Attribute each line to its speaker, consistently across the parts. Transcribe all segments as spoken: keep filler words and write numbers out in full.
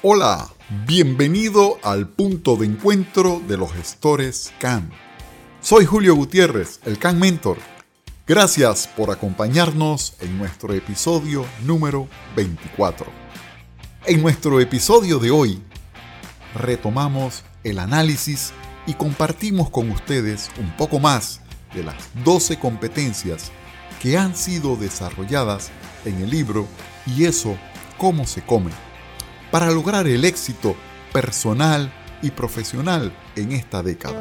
Speaker 1: Hola, bienvenido al punto de encuentro de los gestores C A M. Soy Julio Gutiérrez, el C A M Mentor. Gracias por acompañarnos en nuestro episodio número veinticuatro. En nuestro episodio de hoy, retomamos el análisis y compartimos con ustedes un poco más de las doce competencias que han sido desarrolladas en el libro Y eso, cómo se come, para lograr el éxito personal y profesional en esta década.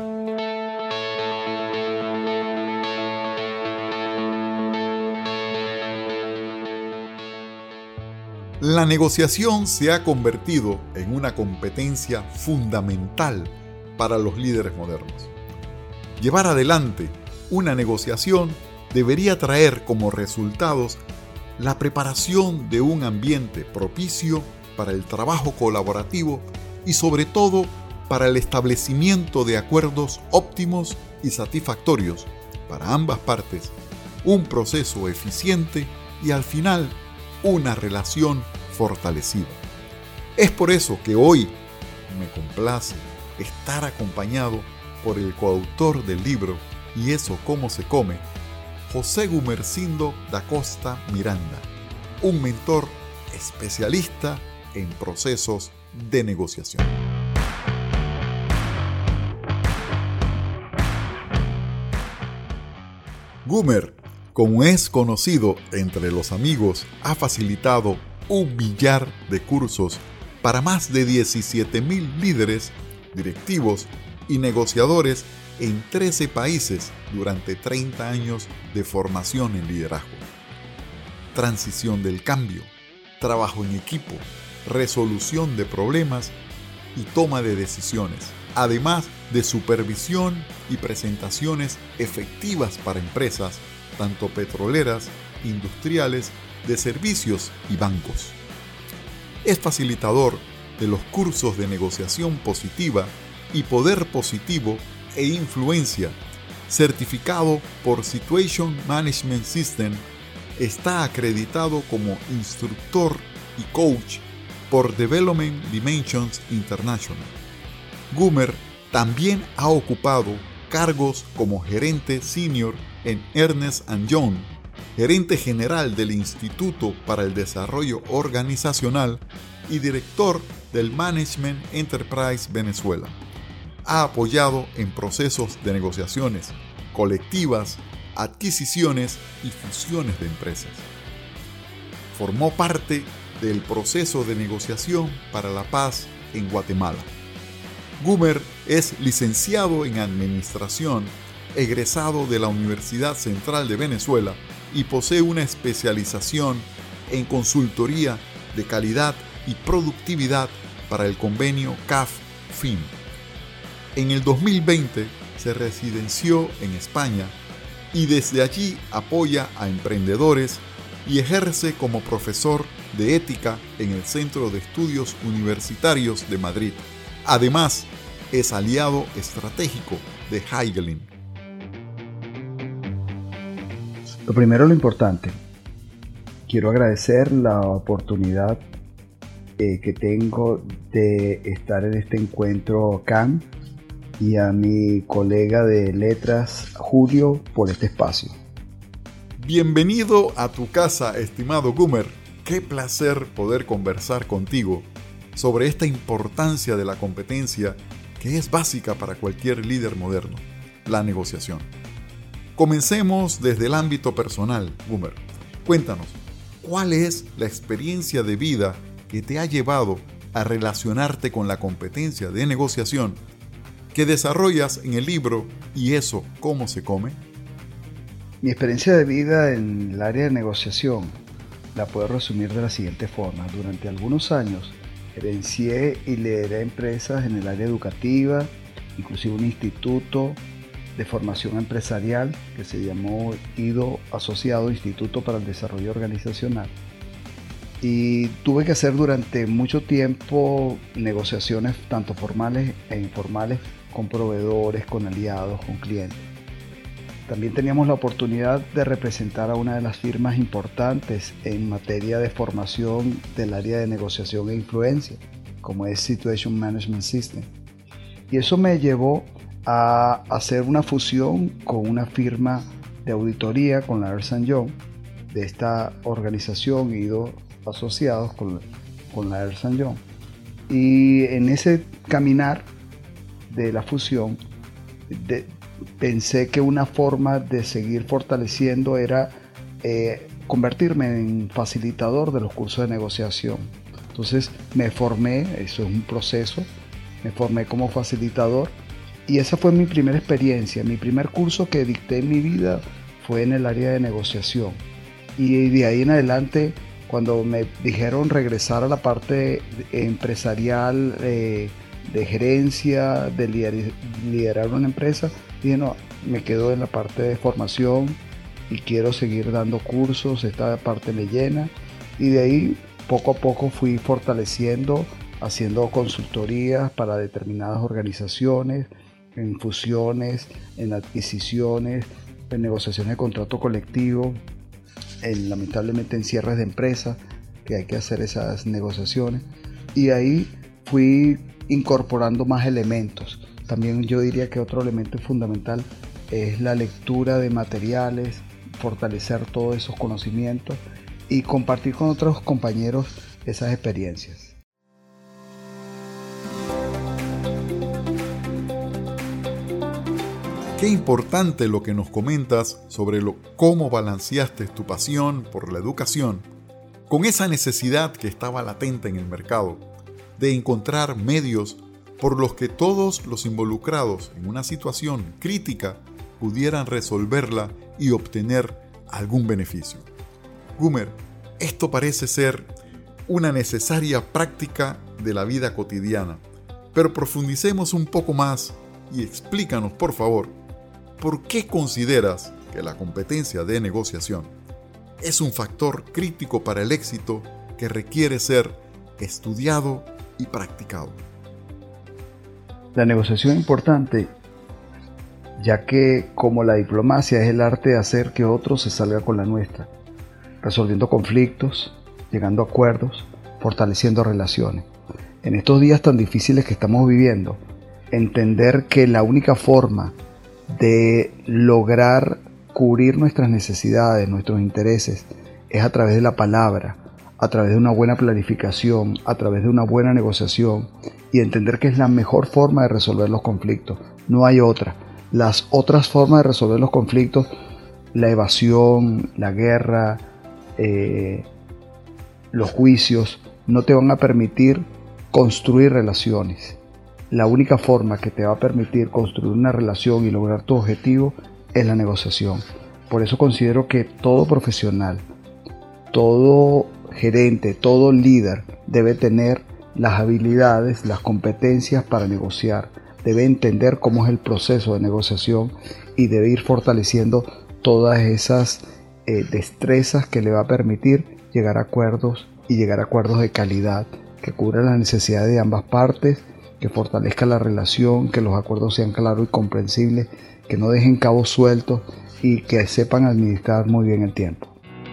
Speaker 1: La negociación se ha convertido en una competencia fundamental para los líderes modernos. Llevar adelante una negociación debería traer como resultados la preparación de un ambiente propicio para el trabajo colaborativo y sobre todo para el establecimiento de acuerdos óptimos y satisfactorios para ambas partes, un proceso eficiente y al final una relación fortalecida. Es por eso que hoy me complace estar acompañado por el coautor del libro Y eso, cómo se come, José Gumersindo da Costa Miranda, un mentor especialista en procesos de negociación. Gumer, como es conocido entre los amigos, ha facilitado un millar de cursos para más de diecisiete mil líderes, directivos y negociadores en trece países durante treinta años de formación en liderazgo. Transición del cambio, trabajo en equipo, resolución de problemas y toma de decisiones, además de supervisión y presentaciones efectivas para empresas, tanto petroleras, industriales, de servicios y bancos. Es facilitador de los cursos de negociación positiva y poder positivo e influencia, certificado por Situation Management System, está acreditado como instructor y coach por Development Dimensions International. Gumer también ha ocupado cargos como gerente senior en Ernst and Young, gerente general del Instituto para el Desarrollo Organizacional y director del Management Enterprise Venezuela. Ha apoyado en procesos de negociaciones colectivas, adquisiciones y fusiones de empresas. Formó parte del proceso de negociación para la paz en Guatemala. Gumer es licenciado en Administración, egresado de la Universidad Central de Venezuela y posee una especialización en consultoría de calidad y productividad para el convenio C A F-F I M. En el dos mil veinte se residenció en España y desde allí apoya a emprendedores y ejerce como profesor de ética en el Centro de Estudios Universitarios de Madrid. Además, es aliado estratégico de Heigelin.
Speaker 2: Lo primero, lo importante. Quiero agradecer la oportunidad eh, que tengo de estar en este encuentro C A M y a mi colega de letras, Julio, por este espacio.
Speaker 1: Bienvenido a tu casa, estimado Gumer. Qué placer poder conversar contigo sobre esta importancia de la competencia que es básica para cualquier líder moderno, la negociación. Comencemos desde el ámbito personal, Gumer. Cuéntanos, ¿cuál es la experiencia de vida que te ha llevado a relacionarte con la competencia de negociación que desarrollas en el libro Y eso, cómo se come?
Speaker 2: Mi experiencia de vida en el área de negociación la puedo resumir de la siguiente forma. Durante algunos años gerencié y lideré empresas en el área educativa, inclusive un instituto de formación empresarial que se llamó I D O Asociado, Instituto para el Desarrollo Organizacional. Y tuve que hacer durante mucho tiempo negociaciones tanto formales e informales con proveedores, con aliados, con clientes. También teníamos la oportunidad de representar a una de las firmas importantes en materia de formación del área de negociación e influencia, como es Situation Management System. Y eso me llevó a hacer una fusión con una firma de auditoría, con la Ernst and Young, de esta organización y dos asociados con, con la Ernst and Young. Y en ese caminar de la fusión, de, pensé que una forma de seguir fortaleciendo era eh, convertirme en facilitador de los cursos de negociación. Entonces me formé, eso es un proceso, me formé como facilitador y esa fue mi primera experiencia. Mi primer curso que dicté en mi vida fue en el área de negociación. Y de ahí en adelante, cuando me dijeron regresar a la parte empresarial, eh, de gerencia, de lider- liderar una empresa, dije no, me quedo en la parte de formación y quiero seguir dando cursos, esta parte me llena. Y de ahí poco a poco fui fortaleciendo, haciendo consultorías para determinadas organizaciones, en fusiones, en adquisiciones, en negociaciones de contrato colectivo, en, lamentablemente en cierres de empresas, que hay que hacer esas negociaciones. Y ahí fui incorporando más elementos. También yo diría que otro elemento fundamental es la lectura de materiales, fortalecer todos esos conocimientos y compartir con otros compañeros esas experiencias.
Speaker 1: Qué importante lo que nos comentas sobre lo, cómo balanceaste tu pasión por la educación con esa necesidad que estaba latente en el mercado de encontrar medios por los que todos los involucrados en una situación crítica pudieran resolverla y obtener algún beneficio. Gumer, esto parece ser una necesaria práctica de la vida cotidiana, pero profundicemos un poco más y explícanos, por favor, ¿por qué consideras que la competencia de negociación es un factor crítico para el éxito que requiere ser estudiado y practicado?
Speaker 2: La negociación es importante, ya que como la diplomacia es el arte de hacer que otro se salga con la nuestra, resolviendo conflictos, llegando a acuerdos, fortaleciendo relaciones. En estos días tan difíciles que estamos viviendo, entender que la única forma de lograr cubrir nuestras necesidades, nuestros intereses, es a través de la palabra, a través de una buena planificación, a través de una buena negociación y entender que es la mejor forma de resolver los conflictos. No hay otra. Las otras formas de resolver los conflictos, la evasión, la guerra, eh, los juicios, no te van a permitir construir relaciones. La única forma que te va a permitir construir una relación y lograr tu objetivo es la negociación. Por eso considero que todo profesional, todo gerente, todo líder debe tener las habilidades, las competencias para negociar. Debe entender cómo es el proceso de negociación y debe ir fortaleciendo todas esas eh, destrezas que le va a permitir llegar a acuerdos y llegar a acuerdos de calidad que cubran las necesidades de ambas partes, que fortalezca la relación, que los acuerdos sean claros y comprensibles, que no dejen cabos sueltos y que sepan administrar muy bien el tiempo.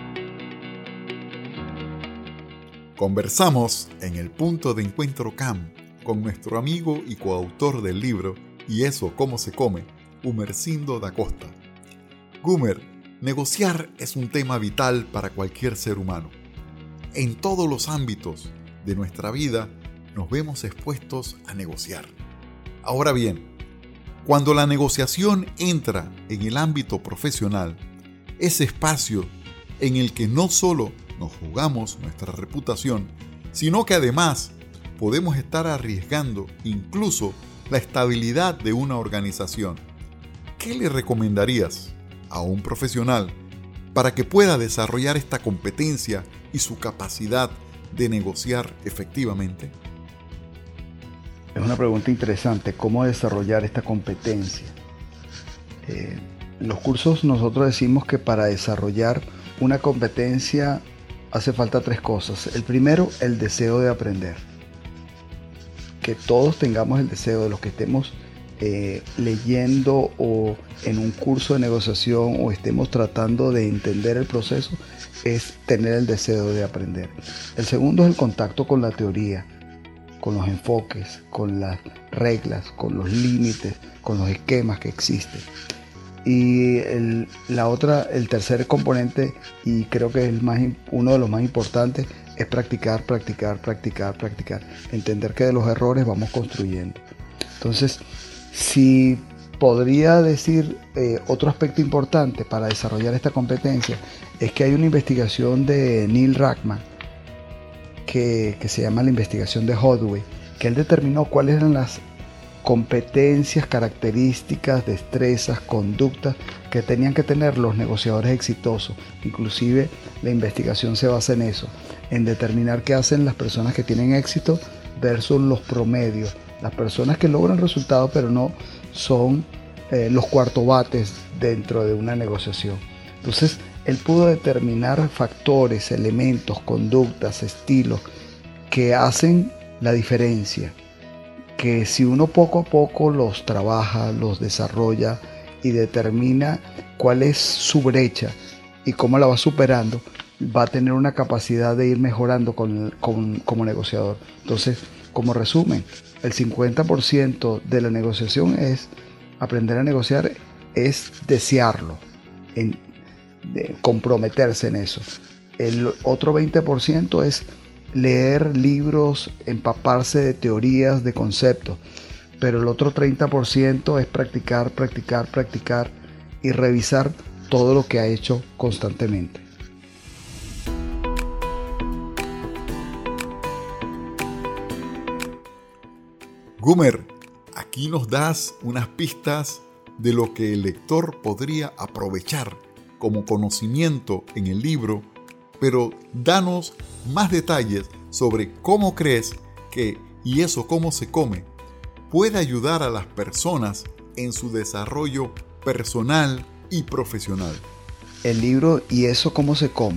Speaker 1: Conversamos en el Punto de Encuentro C A M con nuestro amigo y coautor del libro Y eso cómo se come, Gumersindo da Costa. Gumer, negociar es un tema vital para cualquier ser humano. En todos los ámbitos de nuestra vida nos vemos expuestos a negociar. Ahora bien, cuando la negociación entra en el ámbito profesional, ese espacio en el que no solo nos jugamos nuestra reputación, sino que además podemos estar arriesgando incluso la estabilidad de una organización. ¿Qué le recomendarías a un profesional para que pueda desarrollar esta competencia y su capacidad de negociar efectivamente?
Speaker 2: Es una pregunta interesante, ¿cómo desarrollar esta competencia? Eh, en los cursos nosotros decimos que para desarrollar una competencia hace falta tres cosas. El primero, el deseo de aprender. Que todos tengamos el deseo, de los que estemos eh, leyendo o en un curso de negociación o estemos tratando de entender el proceso, es tener el deseo de aprender. El segundo es el contacto con la teoría, con los enfoques, con las reglas, con los límites, con los esquemas que existen. Y el, la otra, el tercer componente, y creo que es el más, uno de los más importantes, es practicar, practicar, practicar, practicar. Entender que de los errores vamos construyendo. Entonces, si podría decir eh, otro aspecto importante para desarrollar esta competencia, es que hay una investigación de Neil Rackman, que, que se llama la investigación de Holloway, que él determinó cuáles eran las competencias, características, destrezas, conductas que tenían que tener los negociadores exitosos. Inclusive la investigación se basa en eso, en determinar qué hacen las personas que tienen éxito versus los promedios, las personas que logran resultados pero no son eh, los cuartobates dentro de una negociación. Entonces él pudo determinar factores, elementos, conductas, estilos que hacen la diferencia, que si uno poco a poco los trabaja, los desarrolla y determina cuál es su brecha y cómo la va superando, va a tener una capacidad de ir mejorando con, con, como negociador. Entonces, como resumen, el cincuenta por ciento de la negociación es aprender a negociar, es desearlo, en, de comprometerse en eso. El otro veinte por ciento es leer libros, empaparse de teorías, de conceptos, pero el otro treinta por ciento es practicar, practicar, practicar y revisar todo lo que ha hecho constantemente.
Speaker 1: Gumer, aquí nos das unas pistas de lo que el lector podría aprovechar como conocimiento en el libro, pero danos más detalles sobre cómo crees que Y eso cómo se come puede ayudar a las personas en su desarrollo personal y profesional.
Speaker 2: El libro Y eso cómo se come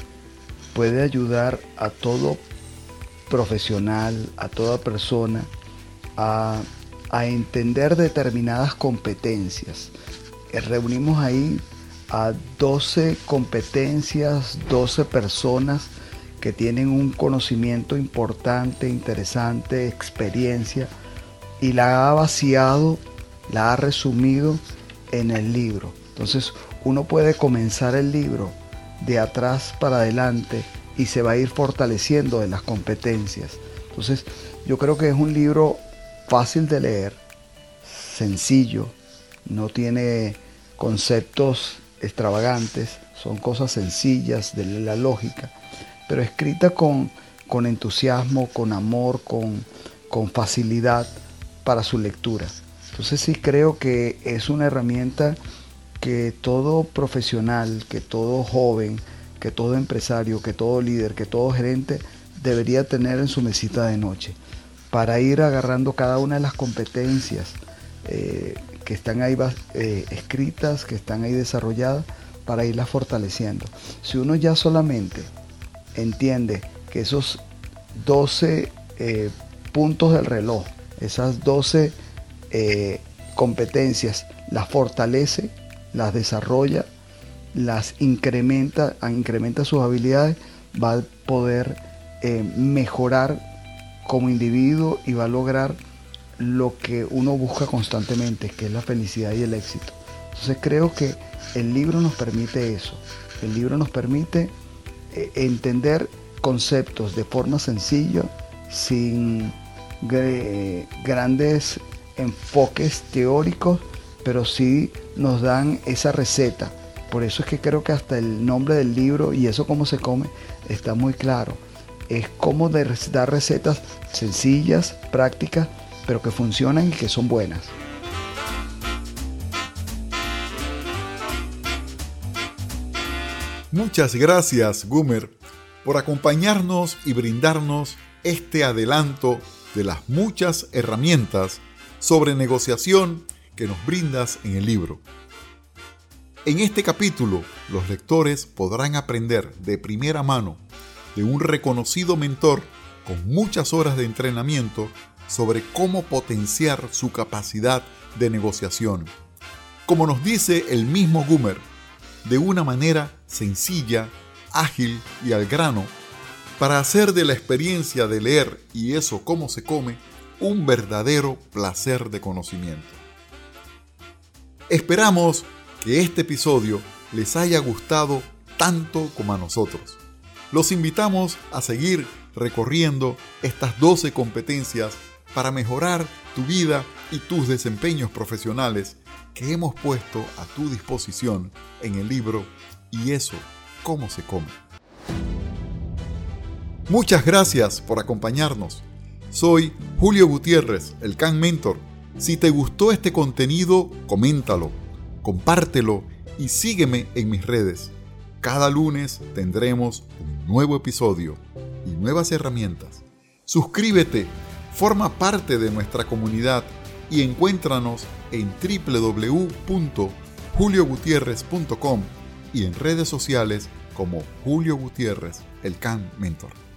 Speaker 2: puede ayudar a todo profesional, a toda persona a, a entender determinadas competencias. Reunimos ahí a doce competencias, doce personas que tienen un conocimiento importante, interesante, experiencia, y la ha vaciado, la ha resumido en el libro. Entonces uno puede comenzar el libro de atrás para adelante y se va a ir fortaleciendo de las competencias. Entonces yo creo que es un libro fácil de leer, sencillo, no tiene conceptos extravagantes, son cosas sencillas de la lógica, pero escrita con, con entusiasmo, con amor, con, con facilidad para su lectura. Entonces sí creo que es una herramienta que todo profesional, que todo joven, que todo empresario, que todo líder, que todo gerente debería tener en su mesita de noche, para ir agarrando cada una de las competencias eh, que están ahí eh, escritas, que están ahí desarrolladas, para irlas fortaleciendo. Si uno ya solamente entiende que esos doce eh, puntos del reloj, esas doce eh, competencias, las fortalece, las desarrolla, las incrementa, incrementa sus habilidades, va a poder eh, mejorar como individuo y va a lograr lo que uno busca constantemente, que es la felicidad y el éxito. Entonces creo que el libro nos permite eso. El libro nos permite eh, entender conceptos de forma sencilla, sin eh, grandes enfoques teóricos, pero sí nos dan esa receta. Por eso es que creo que hasta el nombre del libro, Y eso cómo se come, está muy claro. Es como dar recetas sencillas, prácticas, pero que funcionan y que son buenas.
Speaker 1: Muchas gracias, Gumer, por acompañarnos y brindarnos este adelanto de las muchas herramientas sobre negociación que nos brindas en el libro. En este capítulo, los lectores podrán aprender de primera mano de un reconocido mentor con muchas horas de entrenamiento sobre cómo potenciar su capacidad de negociación. Como nos dice el mismo Gumer, de una manera sencilla, ágil y al grano, para hacer de la experiencia de leer Y eso cómo se come un verdadero placer de conocimiento. Esperamos que este episodio les haya gustado tanto como a nosotros. Los invitamos a seguir recorriendo estas doce competencias para mejorar tu vida y tus desempeños profesionales que hemos puesto a tu disposición en el libro Y eso cómo se come. Muchas gracias por acompañarnos. Soy Julio Gutiérrez, el Khan Mentor. Si te gustó este contenido, coméntalo, compártelo y sígueme en mis redes. Cada lunes tendremos un nuevo episodio y nuevas herramientas. Suscríbete, forma parte de nuestra comunidad y encuéntranos en doble u doble u doble u punto julio gutiérrez punto com y en redes sociales como Julio Gutiérrez, el Khan Mentor.